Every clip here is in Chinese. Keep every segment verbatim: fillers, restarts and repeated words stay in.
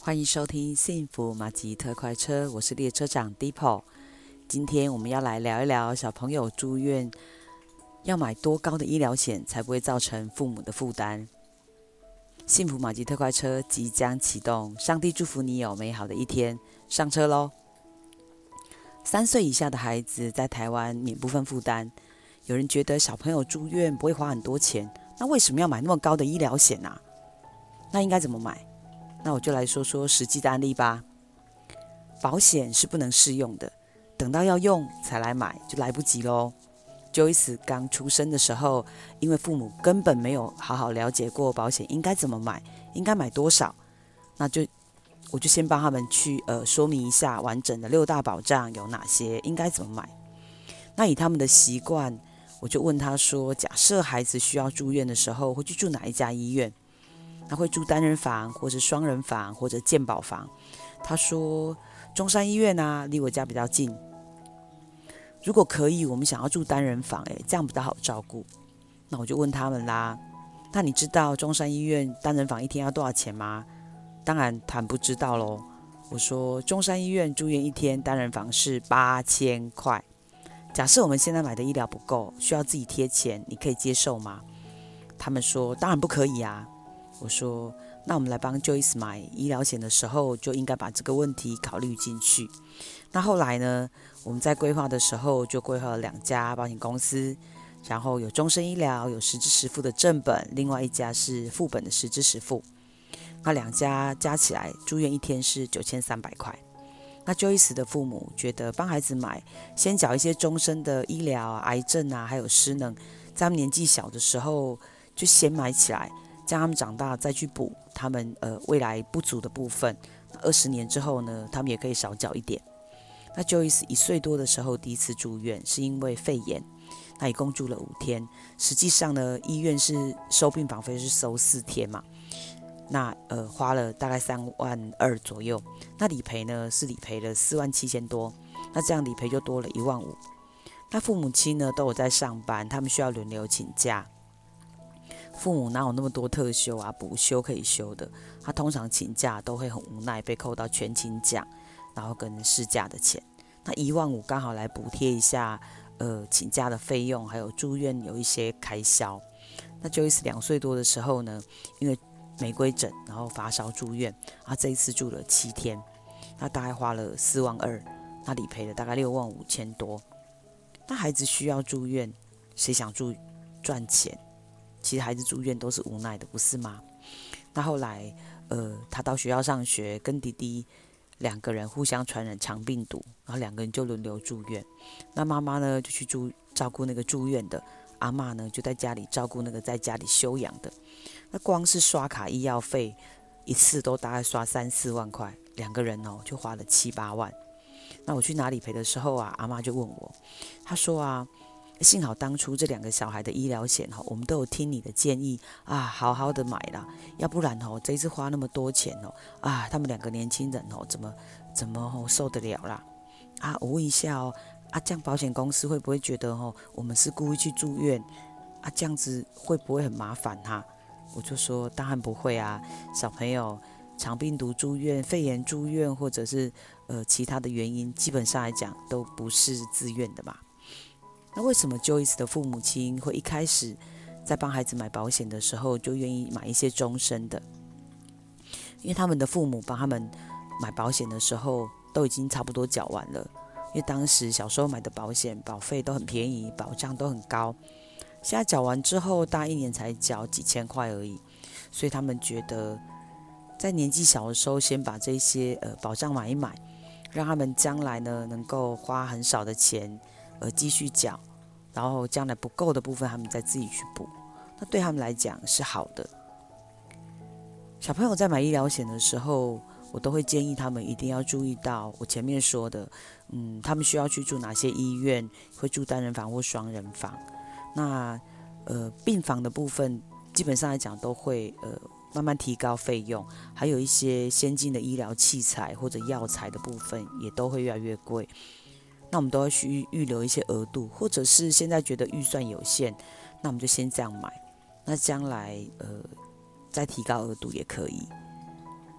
欢迎收听幸福马吉特快车，我是列车长 Deepo。今天我们要来聊一聊小朋友住院要买多高的医疗险才不会造成父母的负担。幸福马吉特快车即将启动，上帝祝福你有美好的一天，上车喽！三岁以下的孩子在台湾免部分负担。有人觉得小朋友住院不会花很多钱，那为什么要买那么高的医疗险啊？那应该怎么买？那我就来说说实际的案例吧。保险是不能试用的，等到要用才来买就来不及喽。Joyce 刚出生的时候，因为父母根本没有好好了解过保险应该怎么买，应该买多少，那就我就先帮他们去呃说明一下完整的六大保障有哪些，应该怎么买。那以他们的习惯，我就问他说，假设孩子需要住院的时候，会去住哪一家医院？他会住单人房，或是双人房，或者健保房。他说中山医院啊，离我家比较近。如果可以，我们想要住单人房，哎，这样比较好照顾。那我就问他们啦，那你知道中山医院单人房一天要多少钱吗？当然他们不知道咯。我说中山医院住院一天单人房是八千块。假设我们现在买的医疗不够，需要自己贴钱，你可以接受吗？他们说当然不可以啊。我说那我们来帮 Joyce 买医疗险的时候，就应该把这个问题考虑进去。那后来呢，我们在规划的时候就规划了两家保险公司，然后有终身医疗，有实支实付的正本，另外一家是副本的实支实付。那两家加起来住院一天是九千三百块。那 Joyce 的父母觉得帮孩子买，先缴一些终身的医疗啊、癌症啊，还有失能，在他们年纪小的时候就先买起来，这样他们长大再去补他们呃未来不足的部分。二十年之后呢，他们也可以少缴一点。那 Joyce 一岁多的时候第一次住院，是因为肺炎，那一共住了五天。实际上呢，医院是收病房费是收四天嘛。那呃花了大概三万二左右，那理赔呢是理赔了四万七千多，那这样理赔就多了一万五。那父母亲呢都有在上班，他们需要轮流请假。父母哪有那么多特休啊、补休可以休的？他通常请假都会很无奈，被扣到全勤奖，然后跟事假的钱。那一万五刚好来补贴一下呃请假的费用，还有住院有一些开销。那 Joyce 两岁多的时候呢，因为玫瑰疹，然后发烧住院，他这一次住了七天，那大概花了四万二，那理赔了大概六万五千多。那孩子需要住院，谁想住赚钱？其实孩子住院都是无奈的，不是吗？那后来，呃，他到学校上学，跟弟弟两个人互相传染肠病毒，然后两个人就轮流住院。那妈妈呢，就去住照顾那个住院的，阿嬷呢就在家里照顾那个在家里休养的。那光是刷卡医药费一次都大概刷三四万块，两个人哦就花了七八万。那我去拿理赔的时候啊，阿嬷就问我，她说啊，幸好当初这两个小孩的医疗险哦，我们都有听你的建议啊，好好的买啦，要不然哦这一次花那么多钱哦啊，他们两个年轻人哦怎么怎么哦受得了啦？啊，我问一下哦，啊这样保险公司会不会觉得哦我们是故意去住院啊？这样子会不会很麻烦哈、啊？我就说当然不会啊，小朋友肠病毒住院、肺炎住院，或者是呃其他的原因，基本上来讲都不是自愿的嘛。那为什么 Joyce 的父母亲会一开始在帮孩子买保险的时候就愿意买一些终身的？因为他们的父母帮他们买保险的时候都已经差不多缴完了，因为当时小时候买的保险保费都很便宜，保障都很高。现在缴完之后，大概一年才缴几千块而已，所以他们觉得在年纪小的时候，先把这些呃保障买一买，让他们将来呢能够花很少的钱，呃继续缴，然后将来不够的部分，他们再自己去补。那对他们来讲是好的。小朋友在买医疗险的时候，我都会建议他们一定要注意到我前面说的，嗯，他们需要去住哪些医院，会住单人房或双人房。那呃病房的部分，基本上来讲都会呃慢慢提高费用，还有一些先进的医疗器材或者药材的部分也都会越来越贵。那我们都要去预留一些额度，或者是现在觉得预算有限，那我们就先这样买。那将来呃再提高额度也可以。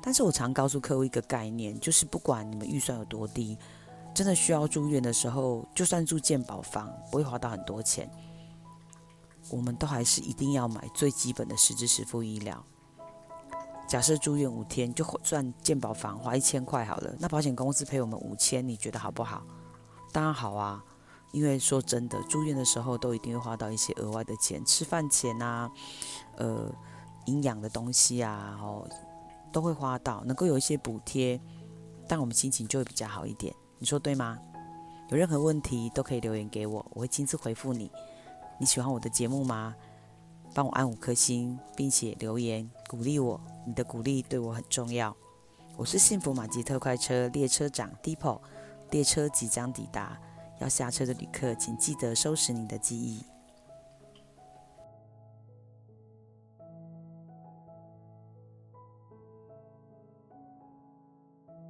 但是我常告诉客户一个概念，就是不管你们预算有多低，真的需要住院的时候，就算住健保房，不会花到很多钱，我们都还是一定要买最基本的实支实付医疗。假设住院五天，就算健保房花一千块好了，那保险公司赔我们五千，你觉得好不好？当然好啊，因为说真的，住院的时候都一定会花到一些额外的钱，吃饭钱啊，呃，营养的东西啊，哦，都会花到，能够有一些补贴，但我们心情就会比较好一点。你说对吗？有任何问题都可以留言给我，我会亲自回复你。你喜欢我的节目吗？帮我按五颗星，并且留言鼓励我，你的鼓励对我很重要。我是幸福马吉特快车列车长 Depot， 列车即将抵达，要下车的旅客请记得收拾你的记忆。